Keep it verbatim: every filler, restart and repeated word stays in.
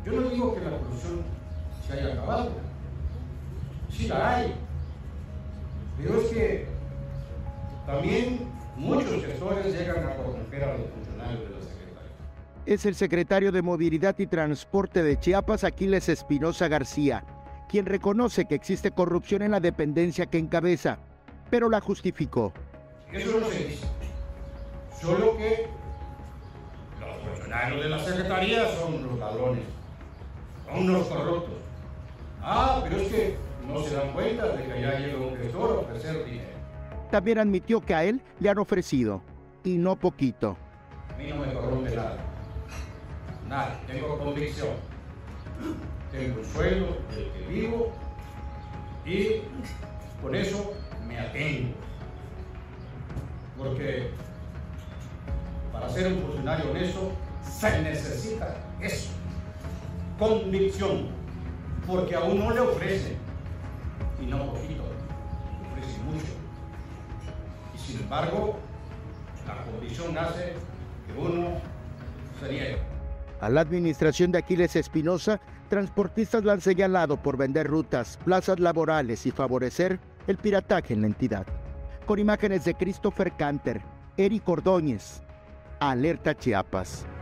Yo no digo que la corrupción se haya acabado, sí la hay, pero es que también muchos sectores llegan a corromper a los funcionarios de la Secretaría. Es el secretario de Movilidad y Transporte de Chiapas, Aquiles Espinosa García, quien reconoce que existe corrupción en la dependencia que encabeza, pero la justificó. Eso no se dice, solo que los funcionarios de la Secretaría son los ladrones, son los corruptos. Ah, pero es que no se dan cuenta de que allá llega un gestor a ofrecer dinero. También admitió que a él le han ofrecido, y no poquito. A mí no me corrompe nada, nada, tengo convicción, tengo el sueldo del que vivo y con eso me atengo. Porque para ser un funcionario honesto se necesita eso, convicción, porque a uno le ofrecen, y no poquito, le ofrecen mucho. Y sin embargo, la convicción hace que uno se niegue. A la administración de Aquiles Espinosa, transportistas la han señalado por vender rutas, plazas laborales y favorecer el pirataje en la entidad. Con imágenes de Christopher Canter, Eric Ordóñez, Alerta Chiapas.